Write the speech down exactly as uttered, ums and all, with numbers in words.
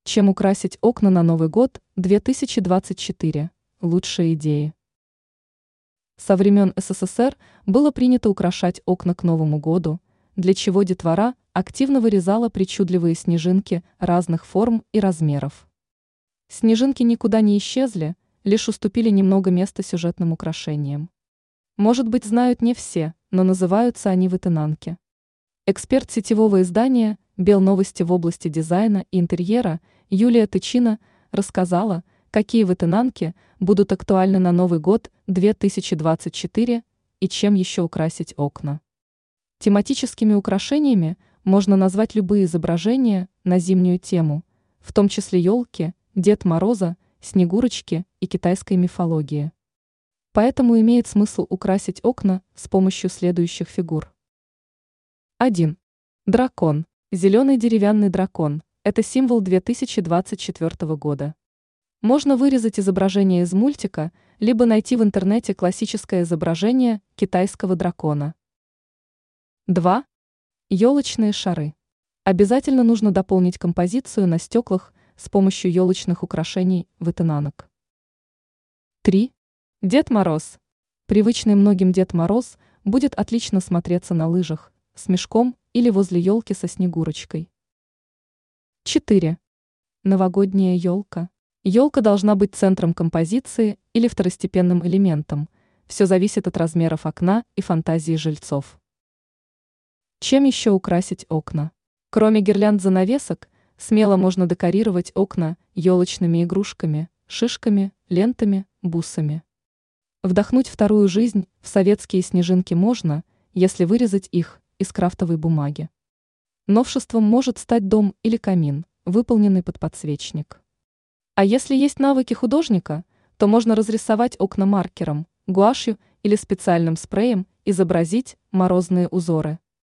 Чем украсить окна на Новый год две тысячи двадцать четыре? Лучшие идеи. Со времен эс эс эс эр было принято украшать окна к Новому году, для чего детвора активно вырезала причудливые снежинки разных форм и размеров. Снежинки никуда не исчезли, лишь уступили немного места сюжетным украшениям. Может быть, знают не все, но называются они вытынанки. Эксперт сетевого издания «Белновости» в области дизайна и интерьера Юлия Тычина рассказала, какие вытынанки будут актуальны на Новый год две тысячи двадцать четыре и чем еще украсить окна. Тематическими украшениями можно назвать любые изображения на зимнюю тему, в том числе елки, Дед Мороза, Снегурочки и китайской мифологии. Поэтому имеет смысл украсить окна с помощью следующих фигур. один. Дракон. Зеленый деревянный дракон – это символ две тысячи двадцать четвёртого года. Можно вырезать изображение из мультика, либо найти в интернете классическое изображение китайского дракона. два. Елочные шары. Обязательно нужно дополнить композицию на стеклах с помощью елочных украшений вытынанок. три. Дед Мороз. Привычный многим Дед Мороз будет отлично смотреться на лыжах, с мешком или возле елки со Снегурочкой. четыре. Новогодняя елка. Елка должна быть центром композиции или второстепенным элементом. Все зависит от размеров окна и фантазии жильцов. Чем еще украсить окна? Кроме гирлянд занавесок, смело можно декорировать окна елочными игрушками, шишками, лентами, бусами. Вдохнуть вторую жизнь в советские снежинки можно, если вырезать их из крафтовой бумаги. Новшеством может стать дом или камин, выполненный под подсвечник. А если есть навыки художника, то можно разрисовать окна маркером, гуашью или специальным спреем, изобразить морозные узоры.